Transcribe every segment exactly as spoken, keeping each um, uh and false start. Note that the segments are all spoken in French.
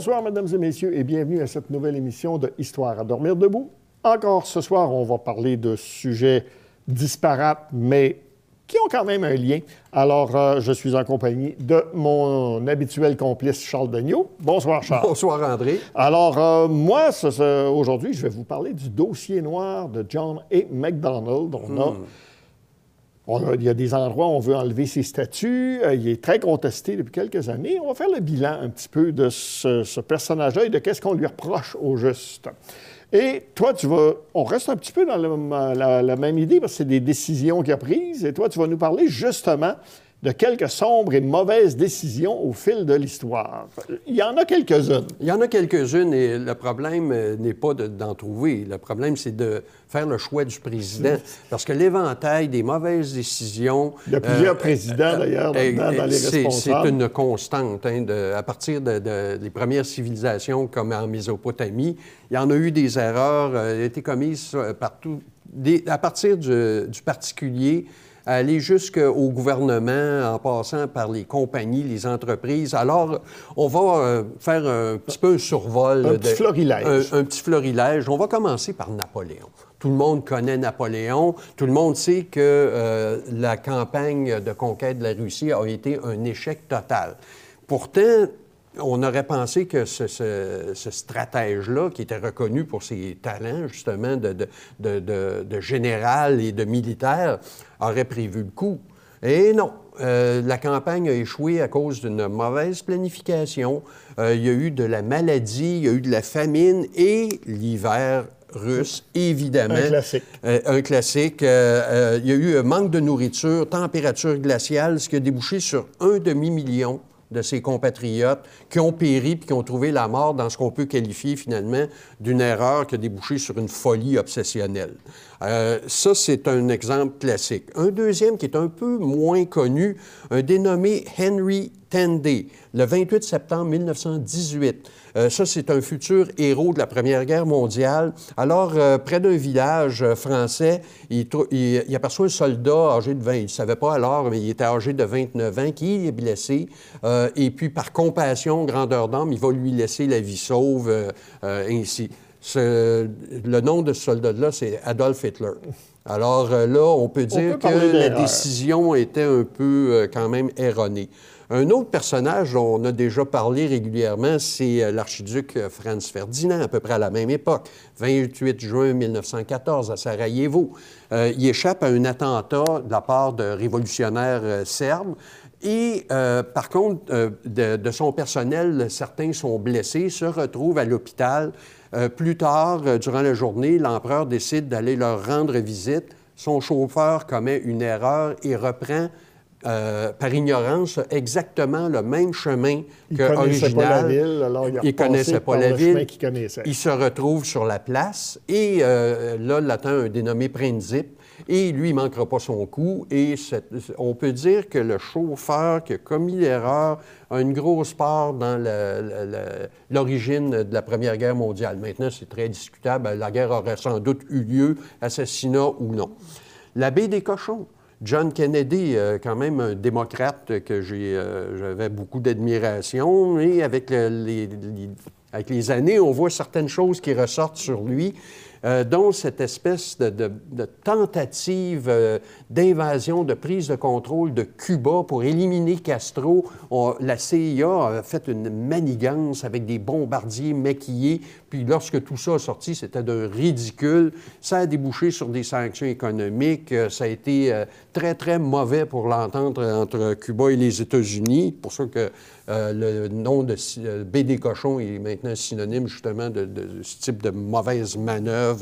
Bonsoir, mesdames et messieurs, et bienvenue à cette nouvelle émission de Histoire à dormir debout. Encore ce soir, on va parler de sujets disparates, mais qui ont quand même un lien. Alors, euh, je suis en compagnie de mon habituel complice, Charles Dagneault. Bonsoir, Charles. Bonsoir, André. Alors, euh, moi, ce, ce, aujourd'hui, je vais vous parler du dossier noir de John A. Macdonald. On a, hmm. on a, il y a des endroits où on veut enlever ses statuts. Euh, il est très contesté depuis quelques années. On va faire le bilan un petit peu de ce, ce personnage-là et de qu'est-ce qu'on lui reproche au juste. Et toi, tu vas... On reste un petit peu dans le, la, la même idée parce que c'est des décisions qu'il a prises. Et toi, tu vas nous parler justement de quelques sombres et mauvaises décisions au fil de l'histoire. Il y en a quelques-unes. Il y en a quelques-unes et le problème n'est pas de, d'en trouver. Le problème, c'est de faire le choix du président. Parce que l'éventail des mauvaises décisions... Il y a plusieurs euh, présidents, euh, d'ailleurs, euh, dans, dans les c'est, responsables. C'est une constante. Hein, de, à partir de, de, des premières civilisations, comme en Mésopotamie, il y en a eu des erreurs, euh, été commises partout. Des, à partir du, du particulier, aller jusqu'au gouvernement, en passant par les compagnies, les entreprises. Alors, on va euh, faire un petit peu un survol. Un de, petit florilège. Un, un petit florilège. On va commencer par Napoléon. Tout le monde connaît Napoléon. Tout le monde sait que euh, la campagne de conquête de la Russie a été un échec total. Pourtant, on aurait pensé que ce, ce, ce stratège-là, qui était reconnu pour ses talents, justement, de, de, de, de, de général et de militaire, aurait prévu le coup. Et non. Euh, la campagne a échoué à cause d'une mauvaise planification. Euh, il y a eu de la maladie, il y a eu de la famine et l'hiver russe, évidemment. Un classique. Euh, un classique. Euh, euh, il y a eu un manque de nourriture, température glaciale, ce qui a débouché sur un demi-million de ses compatriotes qui ont péri puis qui ont trouvé la mort dans ce qu'on peut qualifier finalement d'une erreur qui a débouché sur une folie obsessionnelle. Euh, ça, c'est un exemple classique. Un deuxième qui est un peu moins connu, un dénommé Henry Tenday, le vingt-huit septembre mille neuf cent dix-huit. Euh, ça, c'est un futur héros de la Première Guerre mondiale. Alors, euh, près d'un village euh, français, il, il, il aperçoit un soldat âgé de vingt, il ne savait pas alors, mais il était âgé de vingt-neuf ans, qui est blessé. Euh, et puis, par compassion, grandeur d'âme, il va lui laisser la vie sauve, euh, euh, ainsi. Ce, le nom de ce soldat-là, c'est Adolf Hitler. Alors euh, là, on peut dire on peut que la décision était un peu euh, quand même erronée. Un autre personnage dont on a déjà parlé régulièrement, c'est euh, l'archiduc Franz Ferdinand, à peu près à la même époque, vingt-huit juin mille neuf cent quatorze, à Sarajevo. Euh, il échappe à un attentat de la part de révolutionnaires euh, serbes. Et, euh, par contre, euh, de, de son personnel, certains sont blessés, se retrouvent à l'hôpital. Euh, plus tard, euh, durant la journée, l'empereur décide d'aller leur rendre visite. Son chauffeur commet une erreur et reprend, euh, par ignorance, exactement le même chemin il que connaissait original. Pas la ville, alors il, il connaissait pas la ville. Qu'il il se retrouve sur la place et euh, là, l'attend un dénommé Princip. Et lui, il ne manquera pas son coup. Et cette, on peut dire que le chauffeur qui a commis l'erreur a une grosse part dans la, la, la, l'origine de la Première Guerre mondiale. Maintenant, c'est très discutable. La guerre aurait sans doute eu lieu, assassinat ou non. La baie des cochons. John Kennedy, euh, quand même un démocrate que j'ai, euh, j'avais beaucoup d'admiration. Et avec, le, les, les, avec les années, on voit certaines choses qui ressortent sur lui. Euh, dont cette espèce de, de, de tentative euh, d'invasion, de prise de contrôle de Cuba pour éliminer Castro. On, la C I A a fait une manigance avec des bombardiers maquillés. Puis lorsque tout ça a sorti, c'était d'un ridicule. Ça a débouché sur des sanctions économiques. Ça a été euh, très, très mauvais pour l'entente entre Cuba et les États-Unis. C'est pour ça que euh, le nom de euh, baie des cochons est maintenant synonyme justement de, de, de ce type de mauvaise manœuvre.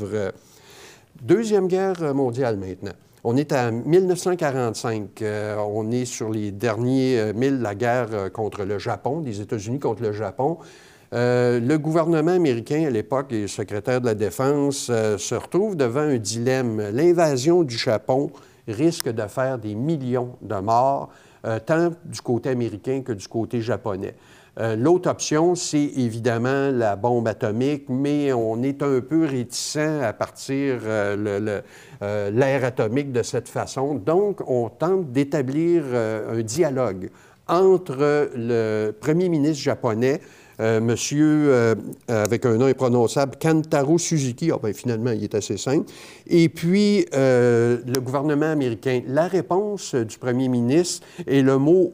Deuxième Guerre mondiale maintenant. On est en mille neuf cent quarante-cinq. Euh, on est sur les derniers euh, milles de la guerre euh, contre le Japon, des États-Unis contre le Japon. Euh, le gouvernement américain, à l'époque, et le secrétaire de la Défense, euh, se retrouve devant un dilemme. L'invasion du Japon risque de faire des millions de morts, euh, tant du côté américain que du côté japonais. Euh, l'autre option, c'est évidemment la bombe atomique, mais on est un peu réticent à partir euh, le, le, euh, l'ère atomique de cette façon. Donc, on tente d'établir euh, un dialogue entre le premier ministre japonais, euh, monsieur, euh, avec un nom imprononçable, Kantaro Suzuki. Ah, bien, finalement, il est assez simple. Et puis, euh, le gouvernement américain. La réponse du premier ministre est le mot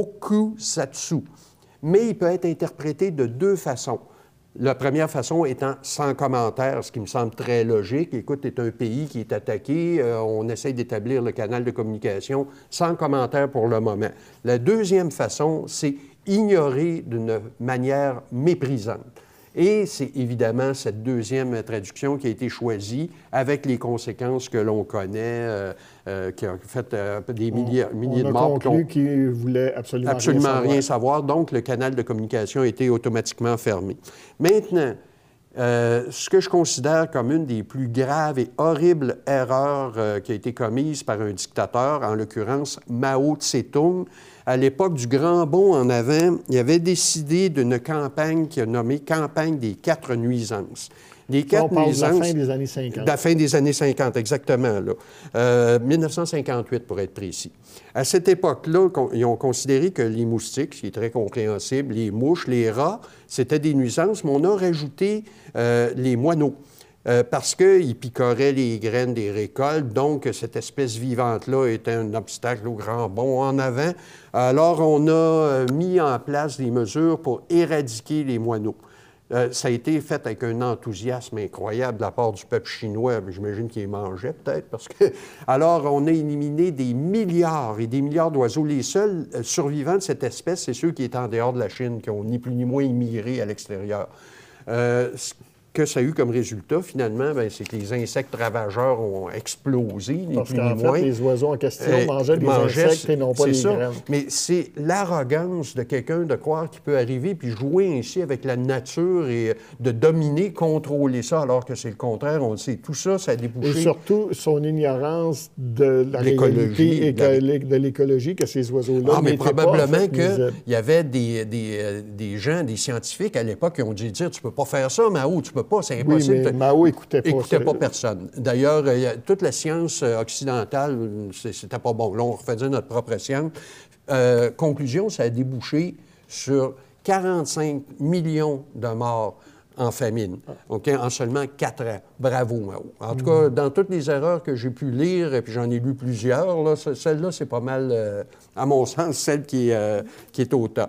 mokusatsu. Mais il peut être interprété de deux façons. La première façon étant sans commentaire, ce qui me semble très logique. Écoute, c'est un pays qui est attaqué, euh, on essaie d'établir le canal de communication sans commentaire pour le moment. La deuxième façon, c'est ignorer d'une manière méprisante. Et c'est évidemment cette deuxième traduction qui a été choisie avec les conséquences que l'on connaît, euh, euh, qui a fait euh, des milliers, on, milliers on de morts. On a conclu qu'ils ne voulaient absolument, absolument rien savoir. rien savoir. Donc, le canal de communication a été automatiquement fermé. Maintenant, euh, ce que je considère comme une des plus graves et horribles erreurs euh, qui a été commise par un dictateur, en l'occurrence Mao Tse-tung, à l'époque du Grand Bond en avant, il avait décidé d'une campagne qu'il a nommée « Campagne des quatre nuisances ». Les quatre on parle nuisances, de la fin des années cinquante. De la fin des années cinquante, exactement. Là. Euh, mille neuf cent cinquante-huit, pour être précis. À cette époque-là, ils ont considéré que les moustiques, ce qui est très compréhensible, les mouches, les rats, c'était des nuisances, mais on a rajouté euh, les moineaux. Euh, parce qu'ils picoraient les graines des récoltes, donc cette espèce vivante-là était un obstacle au grand bond en avant. Alors, on a euh, mis en place des mesures pour éradiquer les moineaux. Euh, ça a été fait avec un enthousiasme incroyable de la part du peuple chinois. J'imagine qu'ils mangeaient peut-être, parce que... Alors, on a éliminé des milliards et des milliards d'oiseaux. Les seuls euh, survivants de cette espèce, c'est ceux qui étaient en dehors de la Chine, qui ont ni plus ni moins immigré à l'extérieur. Euh, que ça a eu comme résultat, finalement, c'est que les insectes ravageurs ont explosé, ni Parce plus qu'en ni fait, moins. les oiseaux en question euh, mangeaient des mangeaient, insectes et non pas les ça. graines. Mais c'est l'arrogance de quelqu'un de croire qu'il peut arriver puis jouer ainsi avec la nature et de dominer, contrôler ça, alors que c'est le contraire, on le sait. Tout ça, ça a débouché... Et surtout, son ignorance de la réalité et de l'écologie que ces oiseaux-là Ah, mais probablement qu'il y avait des, des, des gens, des scientifiques à l'époque qui ont dû dire « Tu peux pas faire ça, Mao, tu peux pas, c'est impossible. » Oui, mais Mao n'écoutait pas. Écoutait pas personne. D'ailleurs, toute la science occidentale, c'était pas bon. Là, on refaisait notre propre science. Euh, conclusion, ça a débouché sur quarante-cinq millions de morts en famine, OK, en seulement quatre ans. Bravo, Mao. En tout cas, dans toutes les erreurs que j'ai pu lire, et puis j'en ai lu plusieurs, là, celle-là, c'est pas mal, euh, à mon sens, celle qui est, euh, qui est au top.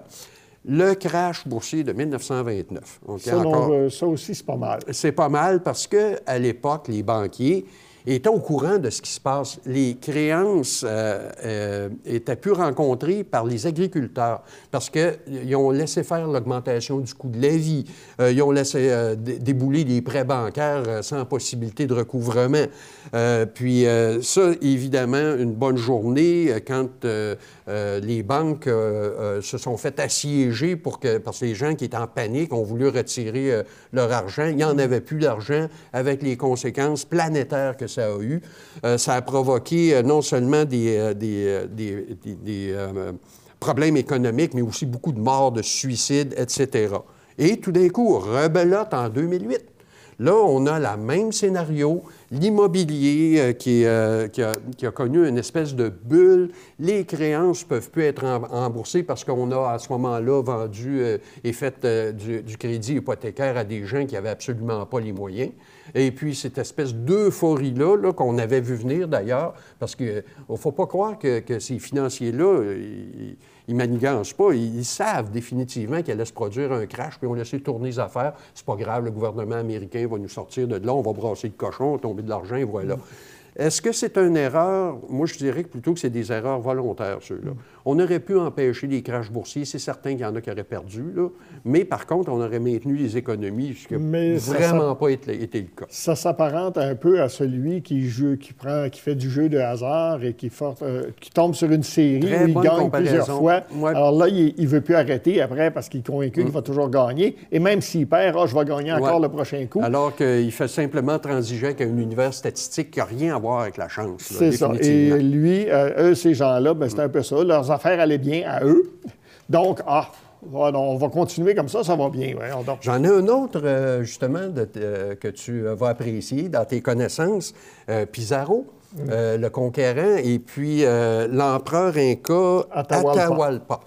Le crash boursier de mille neuf cent vingt-neuf. Okay, ça, encore, non, ça aussi, c'est pas mal. C'est pas mal parce qu'à l'époque, les banquiers étaient au courant de ce qui se passe. Les créances euh, euh, étaient plus rencontrées par les agriculteurs parce qu'ils ont laissé faire l'augmentation du coût de la vie. Euh, ils ont laissé euh, débouler les prêts bancaires euh, sans possibilité de recouvrement. Euh, puis euh, ça, évidemment, une bonne journée euh, quand euh, euh, les banques euh, euh, se sont fait assiéger pour que, parce que les gens qui étaient en panique ont voulu retirer euh, leur argent. Il n'y en avait plus d'argent avec les conséquences planétaires que ça a eu. Euh, ça a provoqué euh, non seulement des, euh, des, euh, des, des, des euh, problèmes économiques, mais aussi beaucoup de morts, de suicides, et cetera. Et tout d'un coup, rebelote en deux mille huit. Là, on a le même scénario, l'immobilier euh, qui, euh, qui, qui a connu une espèce de bulle. Les créances ne peuvent plus être remboursées parce qu'on a à ce moment-là vendu euh, et fait euh, du, du crédit hypothécaire à des gens qui n'avaient absolument pas les moyens. Et puis, cette espèce d'euphorie-là, là, qu'on avait vu venir d'ailleurs, parce qu'il ne faut pas croire que, que ces financiers-là, ils, ils manigancent pas. Ils, ils savent définitivement qu'il allait se produire un crash, puis on laissé tourner les affaires. C'est pas grave, le gouvernement américain va nous sortir de là, on va brasser le cochon, tomber de l'argent, et voilà. Est-ce que c'est une erreur? Moi, je dirais que plutôt que c'est des erreurs volontaires, ceux-là. On aurait pu empêcher les crashs boursiers. C'est certain qu'il y en a qui auraient perdu, là. Mais par contre, on aurait maintenu les économies, ce qui n'a vraiment pas été, été le cas. Ça s'apparente un peu à celui qui joue, qui prend, qui fait du jeu de hasard et qui, for, euh, qui tombe sur une série Très où il gagne plusieurs fois. Ouais. Alors là, il ne veut plus arrêter après parce qu'il est convaincu mmh. qu'il va toujours gagner. Et même s'il perd, oh, je vais gagner encore ouais. le prochain coup. Alors qu'il fait simplement transiger avec un univers statistique qui n'a rien à voir avec la chance. C'est ça. Et lui, euh, eux, ces gens-là, ben, c'est un peu ça. Leurs affaires allaient bien à eux. Donc, ah, on va continuer comme ça, ça va bien. Ouais, J'en ai un autre, euh, justement, de, euh, que tu vas apprécier dans tes connaissances. Euh, Pizarro, mm. euh, le conquérant, et puis euh, l'empereur inca Atahualpa. Atahualpa.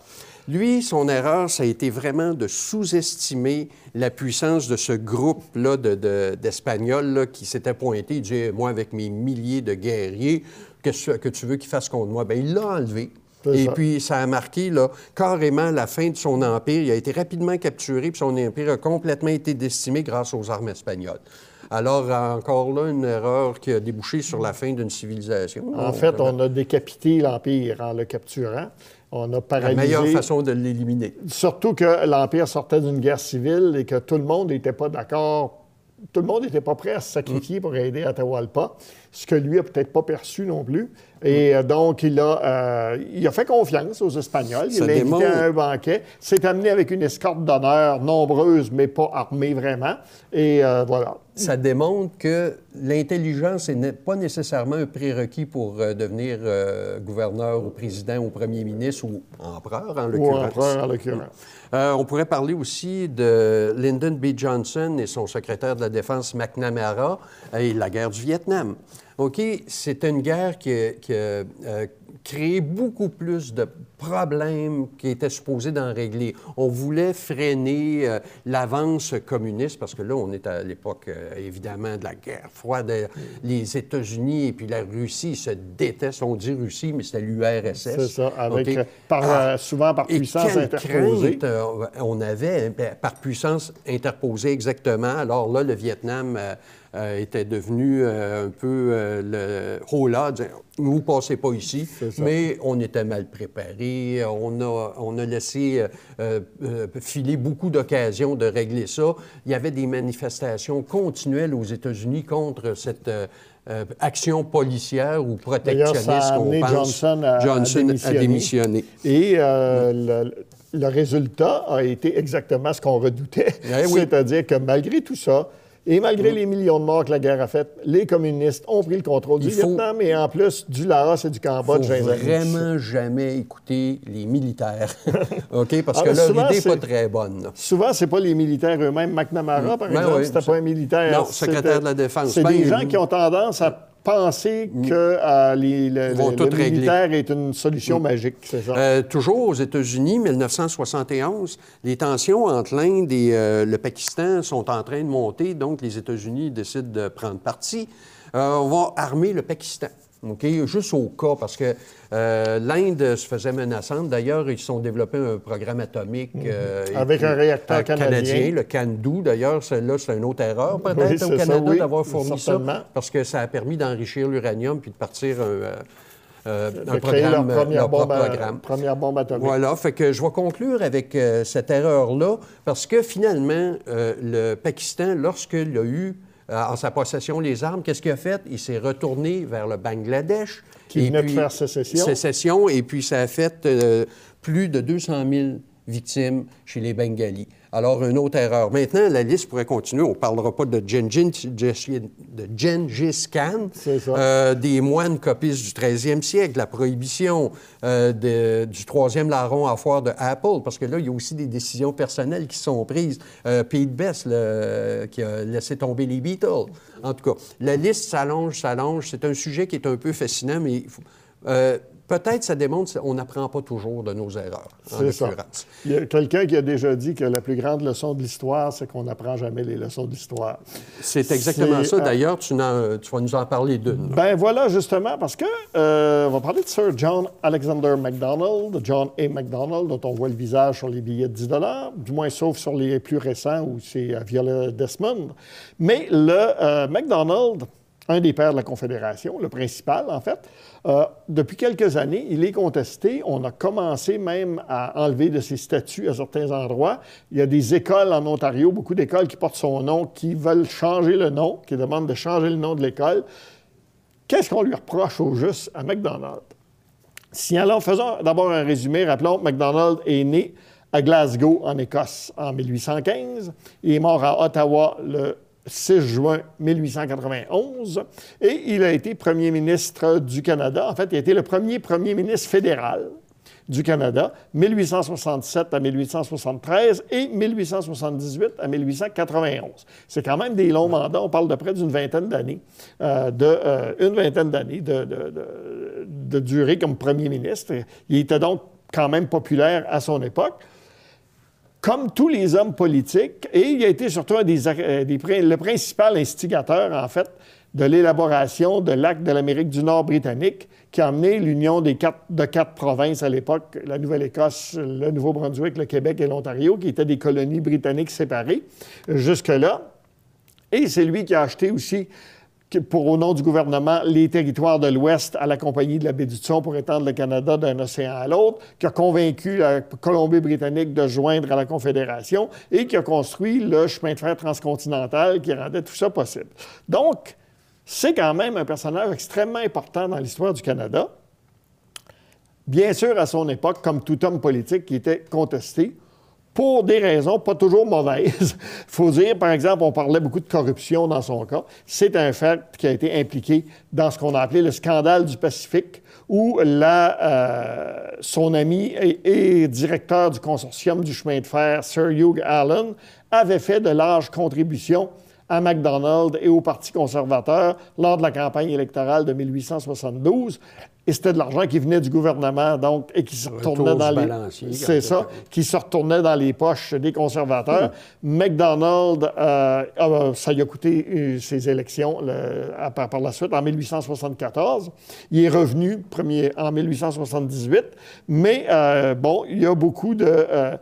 Lui, son erreur, ça a été vraiment de sous-estimer la puissance de ce groupe-là de, de, d'Espagnols là, qui s'était pointé. Il disait, moi, avec mes milliers de guerriers, qu'est-ce que tu veux qu'ils fassent contre moi? Bien, il l'a enlevé. Et ça. Puis, ça a marqué là, carrément la fin de son empire. Il a été rapidement capturé, puis son empire a complètement été décimé grâce aux armes espagnoles. Alors, encore là, une erreur qui a débouché sur la fin d'une civilisation. En fait, on a décapité l'Empire en le capturant. On a paralysé... La meilleure façon de l'éliminer. Surtout que l'Empire sortait d'une guerre civile et que tout le monde n'était pas d'accord. Tout le monde n'était pas prêt à se sacrifier pour aider Atahualpa, ce que lui n'a peut-être pas perçu non plus. Et euh, donc, il a, euh, il a fait confiance aux Espagnols. Il l'a invité démontre... à un banquet. S'est amené avec une escorte d'honneur nombreuse, mais pas armée vraiment. Et euh, voilà. Ça démontre que l'intelligence n'est pas nécessairement un prérequis pour euh, devenir euh, gouverneur ou président ou premier ministre ou empereur, en l'occurrence. Ou empereur, en l'occurrence. Euh, on pourrait parler aussi de Lyndon B. Johnson et son secrétaire de la Défense McNamara et la guerre du Vietnam. OK, c'est une guerre qui a, qui a euh, créé beaucoup plus de problèmes qui étaient supposés d'en régler. On voulait freiner euh, l'avance communiste, parce que là, on est à l'époque, euh, évidemment, de la guerre froide. Les États-Unis et puis la Russie se détestent. On dit Russie, mais c'était l'U R S S. C'est ça, avec, okay? par, ah, souvent par puissance interposée. Crainte, euh, on avait par puissance interposée, exactement. Alors là, le Vietnam... Euh, Euh, était devenu euh, un peu euh, le oh là, vous passez pas ici, mais on était mal préparé, on a, on a laissé euh, euh, filer beaucoup d'occasions de régler ça. Il y avait des manifestations continuelles aux États-Unis contre cette euh, euh, action policière ou protectionniste qu'on pense. Johnson a, Johnson a démissionné. A démissionné. Et euh, le, le résultat a été exactement ce qu'on redoutait, eh oui. C'est-à-dire que malgré tout ça, et malgré mmh. les millions de morts que la guerre a fait, les communistes ont pris le contrôle du faut, Vietnam et en plus du Laos et du Cambodge. Il ne faut vraiment jamais écouter les militaires, OK? Parce ah, que là, l'idée n'est pas très bonne. Là. Souvent, ce n'est pas les militaires eux-mêmes. McNamara, mmh. par ben exemple, oui, c'était pas un militaire. Non, secrétaire de la Défense. C'est ben, des gens qui ont tendance à penser que euh, les, le, le, le militaire est une solution mmh. magique, c'est ça? Euh, toujours aux États-Unis, mille neuf cent soixante et onze, les tensions entre l'Inde et euh, le Pakistan sont en train de monter, donc les États-Unis décident de prendre parti. Euh, on va armer le Pakistan. OK? Juste au cas, parce que euh, l'Inde se faisait menaçante. D'ailleurs, ils se sont développés un programme atomique. Euh, mm-hmm. Avec et, un réacteur euh, canadien. canadien. Le CANDU, d'ailleurs, là, c'est une autre erreur peut-être oui, au Canada ça, oui, d'avoir fourni certainement. ça, parce que ça a permis d'enrichir l'uranium puis de partir un, euh, de un créer programme, leur première, leur bombe, programme. première bombe atomique. Voilà, fait que je vais conclure avec euh, cette erreur-là, parce que finalement, euh, le Pakistan, lorsqu'il a eu en sa possession les armes, qu'est-ce qu'il a fait? Il s'est retourné vers le Bangladesh. Qui venait de faire sécession. Sécession, et puis ça a fait euh, plus de deux cent mille victimes chez les Bengalis. Alors, une autre erreur. Maintenant, la liste pourrait continuer. On ne parlera pas de Gengis, de Gengis Khan, euh, des moines copistes du treizième siècle, la prohibition euh, de, du troisième larron à foire de Apple, parce que là, il y a aussi des décisions personnelles qui sont prises. Euh, Pete Best, le, qui a laissé tomber les Beatles. En tout cas, la liste s'allonge, s'allonge. C'est un sujet qui est un peu fascinant, mais il faut, euh, peut-être ça démontre qu'on n'apprend pas toujours de nos erreurs, en l'occurrence. Il y a quelqu'un qui a déjà dit que la plus grande leçon de l'histoire, c'est qu'on n'apprend jamais les leçons d'histoire. C'est exactement ça. D'ailleurs, tu, tu vas nous en parler d'une. Ben voilà, justement, parce que euh, on va parler de Sir John Alexander Macdonald, de John A. Macdonald, dont on voit le visage sur les billets de dix dollars, du moins sauf sur les plus récents où c'est Viola Desmond. Mais le euh, Macdonald, un des pères de la Confédération, le principal, en fait, euh, depuis quelques années, il est contesté. On a commencé même à enlever de ses statuts à certains endroits. Il y a des écoles en Ontario, beaucoup d'écoles qui portent son nom, qui veulent changer le nom, qui demandent de changer le nom de l'école. Qu'est-ce qu'on lui reproche au juste à Macdonald? Si alors, faisons d'abord un résumé. Rappelons que Macdonald est né à Glasgow, en Écosse, en mille huit cent quinze. Il est mort à Ottawa le six juin mille huit cent quatre-vingt-onze, et il a été premier ministre du Canada. En fait, il a été le premier premier ministre fédéral du Canada, mille huit cent soixante-sept à mille huit cent soixante-treize et mille huit cent soixante-dix-huit à mille huit cent quatre-vingt-onze. C'est quand même des longs mandats. On parle de près d'une vingtaine d'années, euh, de, euh, une vingtaine d'années de, de, de, de durée comme premier ministre. Il était donc quand même populaire à son époque. Comme tous les hommes politiques, et il a été surtout un des, des, le principal instigateur, en fait, de l'élaboration de l'acte de l'Amérique du Nord britannique qui a amené l'union des quatre, de quatre provinces à l'époque, la Nouvelle-Écosse, le Nouveau-Brunswick, le Québec et l'Ontario, qui étaient des colonies britanniques séparées jusque-là. Et c'est lui qui a acheté aussi, pour au nom du gouvernement, les territoires de l'Ouest à la Compagnie de la baie d'Hudson pour étendre le Canada d'un océan à l'autre, qui a convaincu la Colombie-Britannique de joindre à la Confédération et qui a construit le chemin de fer transcontinental qui rendait tout ça possible. Donc, c'est quand même un personnage extrêmement important dans l'histoire du Canada. Bien sûr, à son époque, comme tout homme politique qui était contesté, pour des raisons pas toujours mauvaises. Il faut dire, par exemple, on parlait beaucoup de corruption dans son cas. C'est un fait qui a été impliqué dans ce qu'on a appelé le scandale du Pacifique, où la, euh, son ami et, et directeur du consortium du chemin de fer, Sir Hugh Allen, avait fait de larges contributions à MacDonald et au Parti conservateur lors de la campagne électorale de mille huit cent soixante-douze. Et c'était de l'argent qui venait du gouvernement, donc, et qui se retournait dans les... C'est ça, qui se retournait dans les poches des conservateurs. Mmh. MacDonald, euh, ça lui a coûté euh, ses élections le, à, par la suite, en mille huit cent soixante-quatorze. Il est revenu premier, en mille huit cent soixante-dix-huit, mais, euh, bon, il y a beaucoup de... Euh,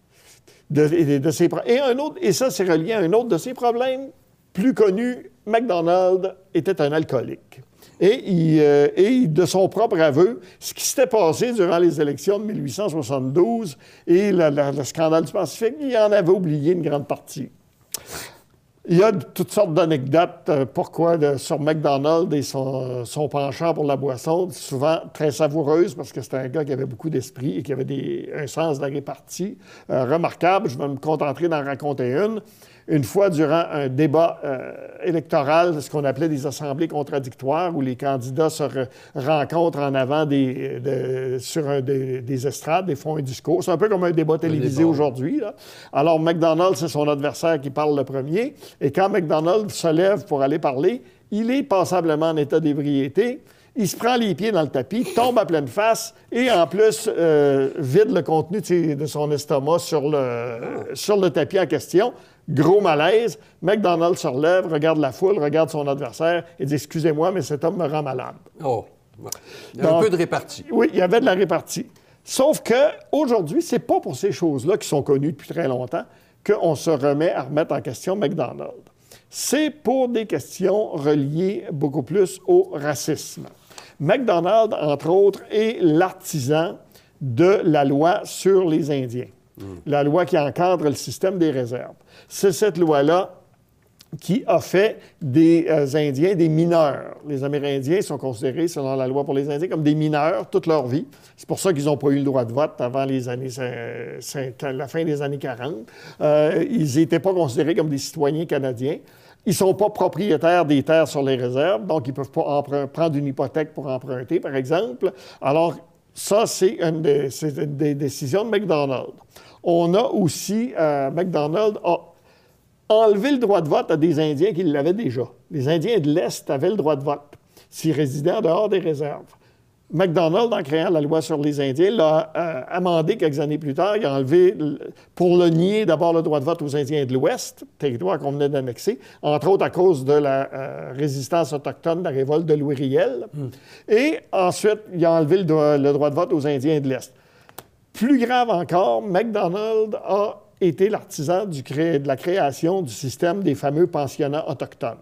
De, de, de ses, et, un autre, et ça, c'est relié à un autre de ses problèmes plus connus. MacDonald était un alcoolique. Et, il, euh, et de son propre aveu, ce qui s'était passé durant les élections de mille huit cent soixante-douze et la, la, le scandale du Pacifique, il en avait oublié une grande partie. Il y a toutes sortes d'anecdotes euh, pourquoi de, sur MacDonald et son, son penchant pour la boisson, souvent très savoureuse parce que c'était un gars qui avait beaucoup d'esprit et qui avait des, un sens de la répartie euh, remarquable. Je vais me contenter d'en raconter une. Une fois, durant un débat euh, électoral, ce qu'on appelait des assemblées contradictoires, où les candidats se re- rencontrent en avant des, de, sur un, des, des estrades, des font un discours. C'est un peu comme un débat télévisé aujourd'hui, là. Alors, MacDonald, c'est son adversaire qui parle le premier. Et quand MacDonald se lève pour aller parler, il est passablement en état d'ébriété. Il se prend les pieds dans le tapis, tombe à pleine face et, en plus, euh, vide le contenu de, de son estomac sur le, sur le tapis en question. Gros malaise. MacDonald se relève, regarde la foule, regarde son adversaire et dit « Excusez-moi, mais cet homme me rend malade. » Oh, il y a Donc, un peu de répartie. Oui, il y avait de la répartie. Sauf qu'aujourd'hui, ce n'est pas pour ces choses-là qui sont connues depuis très longtemps qu'on se remet à remettre en question MacDonald. C'est pour des questions reliées beaucoup plus au racisme. MacDonald, entre autres, est l'artisan de la loi sur les Indiens, mmh. la loi qui encadre le système des réserves. C'est cette loi-là qui a fait des euh, Indiens des mineurs. Les Amérindiens sont considérés, selon la loi pour les Indiens, comme des mineurs toute leur vie. C'est pour ça qu'ils n'ont pas eu le droit de vote avant les années, la fin des années quarante. Euh, ils n'étaient pas considérés comme des citoyens canadiens. Ils ne sont pas propriétaires des terres sur les réserves, donc ils ne peuvent pas prendre une hypothèque pour emprunter, par exemple. Alors, ça, c'est une, des, c'est une des décisions de MacDonald. On a aussi, euh, MacDonald a enlevé le droit de vote à des Indiens qui l'avaient déjà. Les Indiens de l'Est avaient le droit de vote s'ils résidaient en dehors des réserves. MacDonald, en créant la loi sur les Indiens, l'a euh, amendé quelques années plus tard. Il a enlevé, pour le nier, d'abord le droit de vote aux Indiens de l'Ouest, territoire qu'on venait d'annexer, entre autres à cause de la euh, résistance autochtone, de la révolte de Louis Riel. Mm. Et ensuite, il a enlevé le, le droit de vote aux Indiens de l'Est. Plus grave encore, MacDonald a été l'artisan du cré... de la création du système des fameux pensionnats autochtones,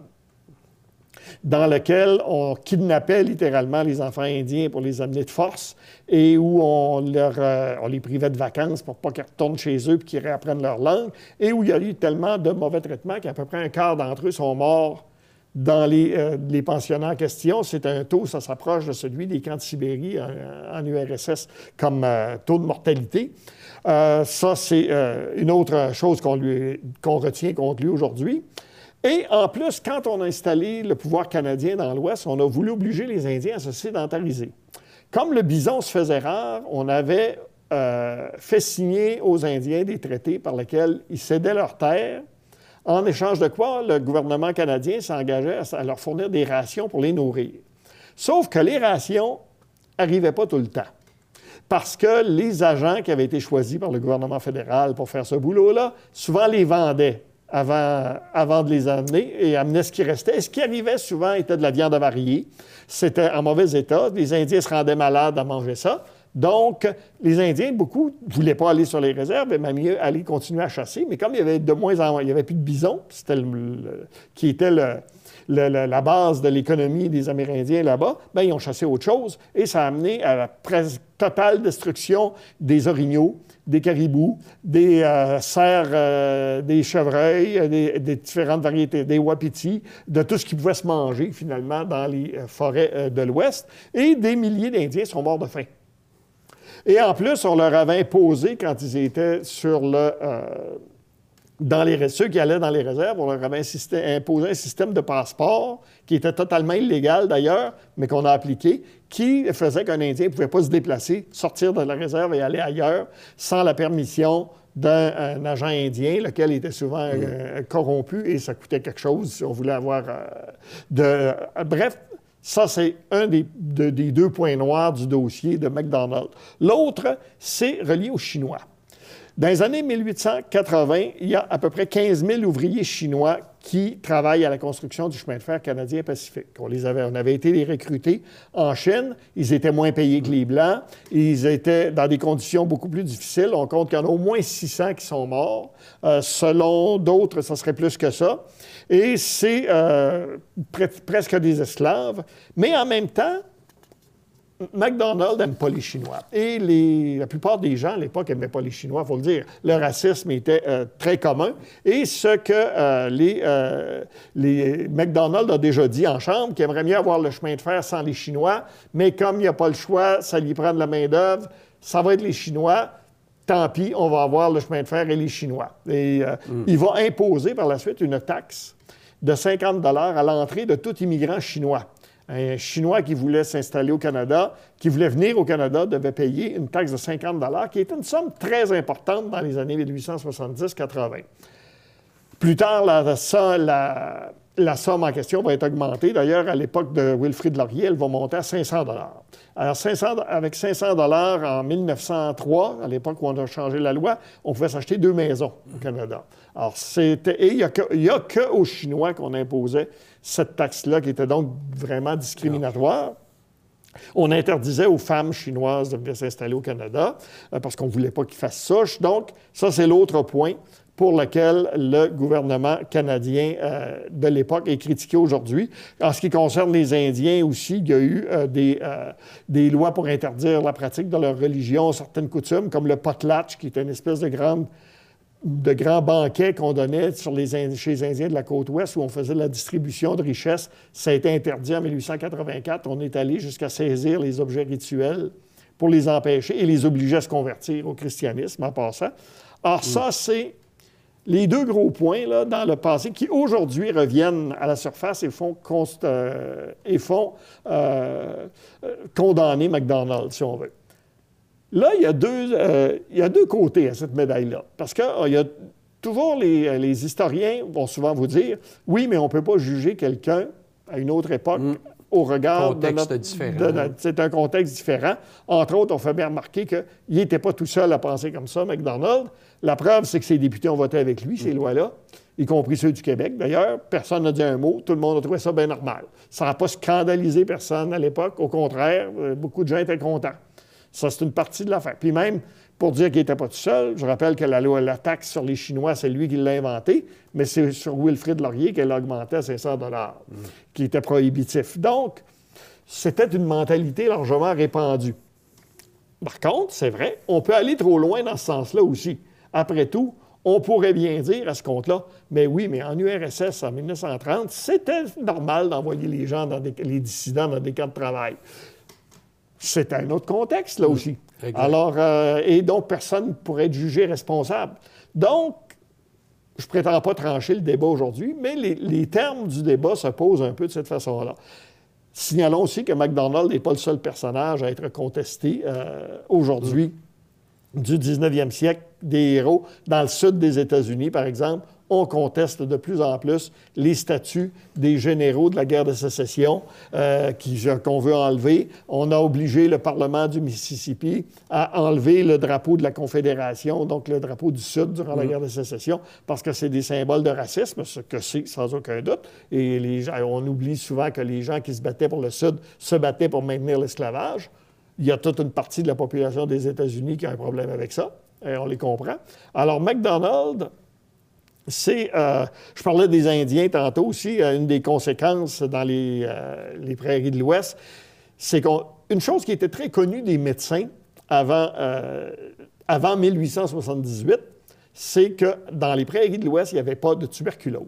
dans lequel on kidnappait littéralement les enfants indiens pour les amener de force et où on, leur, euh, on les privait de vacances pour pas qu'ils retournent chez eux et qu'ils réapprennent leur langue, et où il y a eu tellement de mauvais traitements qu'à peu près un quart d'entre eux sont morts dans les, euh, les pensionnats en question. C'est un taux, ça s'approche de celui des camps de Sibérie en, en U R S S comme euh, taux de mortalité. Euh, ça, c'est euh, une autre chose qu'on, lui, qu'on retient contre lui aujourd'hui. Et en plus, quand on a installé le pouvoir canadien dans l'Ouest, on a voulu obliger les Indiens à se sédentariser. Comme le bison se faisait rare, on avait euh, fait signer aux Indiens des traités par lesquels ils cédaient leurs terres, en échange de quoi le gouvernement canadien s'engageait à leur fournir des rations pour les nourrir. Sauf que les rations n'arrivaient pas tout le temps. parce que les agents qui avaient été choisis par le gouvernement fédéral pour faire ce boulot-là, souvent les vendaient avant, avant de les amener et amenaient ce qui restait. Et ce qui arrivait souvent était de la viande avariée. C'était en mauvais état. Les Indiens se rendaient malades à manger ça. Donc, les Indiens, beaucoup, ne voulaient pas aller sur les réserves, mais mieux aller continuer à chasser. Mais comme il y avait de moins en moins, il n'y avait plus de bisons, c'était le, le, qui était le, le, le, la base de l'économie des Amérindiens là-bas, bien, ils ont chassé autre chose. Et ça a amené à la presque totale destruction des orignaux, des caribous, des euh, cerfs, euh, des chevreuils, des, des différentes variétés, des wapitis, de tout ce qui pouvait se manger, finalement, dans les euh, forêts euh, de l'Ouest. Et des milliers d'Indiens sont morts de faim. Et en plus, on leur avait imposé, quand ils étaient sur le, euh, dans les, ceux qui allaient dans les réserves, on leur avait insisté, imposé un système de passeport qui était totalement illégal d'ailleurs, mais qu'on a appliqué, qui faisait qu'un Indien ne pouvait pas se déplacer, sortir de la réserve et aller ailleurs sans la permission d'un agent indien, lequel était souvent mmh. euh, corrompu et ça coûtait quelque chose si on voulait avoir euh, de... Euh, bref, ça, c'est un des, de, des deux points noirs du dossier de MacDonald. L'autre, c'est relié aux Chinois. Dans les années mille huit cent quatre-vingts, il y a à peu près quinze mille ouvriers chinois qui travaillent à la construction du chemin de fer canadien-pacifique. On, les avait, on avait été les recruter en Chine. Ils étaient moins payés que les Blancs. Ils étaient dans des conditions beaucoup plus difficiles. On compte qu'il y en a au moins six cents qui sont morts. Euh, selon d'autres, ça serait plus que ça. Et c'est euh, pre- presque des esclaves. Mais en même temps, MacDonald n'aime pas les Chinois. Et les, la plupart des gens, à l'époque, n'aimaient pas les Chinois, il faut le dire. Le racisme était euh, très commun. Et ce que euh, les, euh, les MacDonald a déjà dit en chambre, qu'il aimerait mieux avoir le chemin de fer sans les Chinois, mais comme il n'y a pas le choix, ça lui prend de la main-d'œuvre, ça va être les Chinois. Tant pis, on va avoir le chemin de fer et les Chinois. Et euh, mm. il va imposer par la suite une taxe de cinquante dollars à l'entrée de tout immigrant chinois. Un Chinois qui voulait s'installer au Canada, qui voulait venir au Canada, devait payer une taxe de cinquante dollars, qui était une somme très importante dans les années mille huit cent soixante-dix quatre-vingt. Plus tard, la, la, la somme en question va être augmentée. D'ailleurs, à l'époque de Wilfrid Laurier, elle va monter à cinq cents dollars. Alors, cinq cents, avec cinq cents dollars en mille neuf cent trois, à l'époque où on a changé la loi, on pouvait s'acheter deux maisons au Canada. Alors, c'était... Et il n'y a, a qu'aux Chinois qu'on imposait cette taxe-là, qui était donc vraiment discriminatoire. On interdisait aux femmes chinoises de venir s'installer au Canada euh, parce qu'on ne voulait pas qu'ils fassent ça. Donc, ça, c'est l'autre point pour lequel le gouvernement canadien euh, de l'époque est critiqué aujourd'hui. En ce qui concerne les Indiens aussi, il y a eu euh, des, euh, des lois pour interdire la pratique de leur religion, certaines coutumes, comme le potlatch, qui était une espèce de grande de grands banquets qu'on donnait sur les Indiens, chez les Indiens de la côte ouest où on faisait de la distribution de richesses. Ça a été interdit en mille huit cent quatre-vingt-quatre. On est allé jusqu'à saisir les objets rituels pour les empêcher et les obliger à se convertir au christianisme en passant. Alors mmh. ça, c'est les deux gros points là, dans le passé qui aujourd'hui reviennent à la surface et font, const- euh, et font euh, euh, condamner MacDonald, si on veut. Là, il y a deux, euh, il y a deux côtés à cette médaille-là. Parce qu'il euh, y a toujours les, les historiens vont souvent vous dire « Oui, mais on ne peut pas juger quelqu'un à une autre époque mmh. au regard contexte de notre... différent. De notre, c'est un contexte différent. Entre autres, on fait bien remarquer qu'il n'était pas tout seul à penser comme ça, MacDonald. La preuve, c'est que ses députés ont voté avec lui, ces mmh. lois-là, y compris ceux du Québec, d'ailleurs. Personne n'a dit un mot. Tout le monde a trouvé ça bien normal. Ça n'a pas scandalisé personne à l'époque. Au contraire, beaucoup de gens étaient contents. Ça, c'est une partie de l'affaire. Puis même, pour dire qu'il n'était pas tout seul, je rappelle que la loi, la taxe sur les Chinois, c'est lui qui l'a inventée, mais c'est sur Wilfrid Laurier qu'elle a augmenté à cinq cents dollars, mmh. qui était prohibitif. Donc, c'était une mentalité largement répandue. Par contre, c'est vrai, on peut aller trop loin dans ce sens-là aussi. Après tout, on pourrait bien dire à ce compte-là, mais oui, mais en U R S S, en mille neuf cent trente, c'était normal d'envoyer les gens, dans des, les dissidents dans des camps de travail. C'est un autre contexte, là aussi. Mmh, Alors, euh, et donc, personne ne pourrait être jugé responsable. Donc, je ne prétends pas trancher le débat aujourd'hui, mais les, les termes du débat se posent un peu de cette façon-là. Signalons aussi que MacDonald n'est pas le seul personnage à être contesté euh, aujourd'hui, mmh. du dix-neuvième siècle, des héros. Dans le sud des États-Unis, par exemple, on conteste de plus en plus les statuts des généraux de la guerre de sécession euh, qui, qu'on veut enlever. On a obligé le Parlement du Mississippi à enlever le drapeau de la Confédération, donc le drapeau du Sud durant mmh. la guerre de sécession, parce que c'est des symboles de racisme, ce que c'est sans aucun doute. Et les gens, on oublie souvent que les gens qui se battaient pour le Sud se battaient pour maintenir l'esclavage. Il y a toute une partie de la population des États-Unis qui a un problème avec ça, et on les comprend. Alors, Macdonald, c'est... Euh, je parlais des Indiens tantôt aussi, une des conséquences dans les, euh, les prairies de l'Ouest, c'est qu'une chose qui était très connue des médecins avant, euh, avant mille huit cent soixante-dix-huit, c'est que dans les prairies de l'Ouest, il n'y avait pas de tuberculose.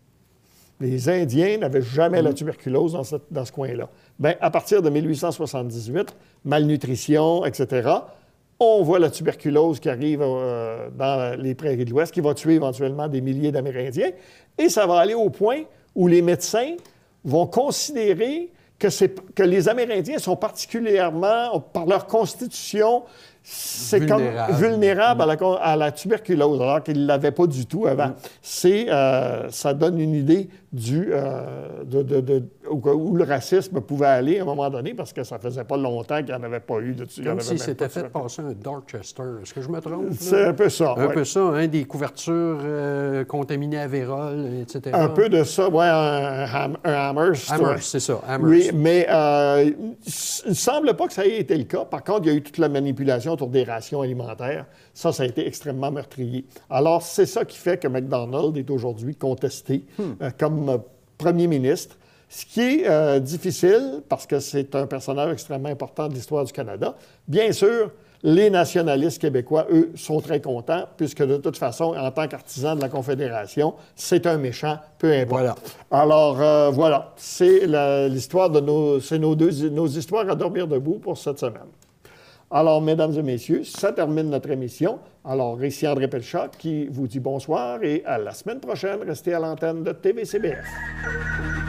Les Indiens n'avaient jamais mmh. la tuberculose dans, cette, dans ce coin-là. Bien, à partir de mille huit cent soixante-dix-huit, malnutrition, et cetera, on voit la tuberculose qui arrive euh, dans les prairies de l'Ouest, qui va tuer éventuellement des milliers d'Amérindiens. Et ça va aller au point où les médecins vont considérer que, c'est, que les Amérindiens sont particulièrement, par leur constitution, c'est vulnérable. comme vulnérable à la, à la tuberculose, alors qu'ils ne l'avaient pas du tout avant. Mm. C'est, euh, ça donne une idée du, euh, de, de, de, où, où le racisme pouvait aller à un moment donné, parce que ça faisait pas longtemps qu'il n'y en avait pas eu de Comme si c'était fait passer un Dorchester. Est-ce que je me trompe? C'est là? un peu ça, Un ouais. peu ça, hein, des couvertures euh, contaminées à vérole, et cetera. Un peu de ça, oui, un, un, un Amherst. Amherst, c'est ça, Amherst. Oui, mais euh, il ne semble pas que ça ait été le cas. Par contre, il y a eu toute la manipulation autour des rations alimentaires. Ça, ça a été extrêmement meurtrier. Alors, c'est ça qui fait que Macdonald est aujourd'hui contesté hmm. euh, comme euh, premier ministre, ce qui est euh, difficile parce que c'est un personnage extrêmement important de l'histoire du Canada. Bien sûr, les nationalistes québécois, eux, sont très contents puisque de toute façon, en tant qu'artisan de la Confédération, c'est un méchant, peu importe. Voilà. Alors, euh, voilà, c'est la, l'histoire de nos, c'est nos, deux, nos histoires à dormir debout pour cette semaine. Alors, mesdames et messieurs, ça termine notre émission. Alors, ici André Pelchat qui vous dit bonsoir et à la semaine prochaine. Restez à l'antenne de T V C B F.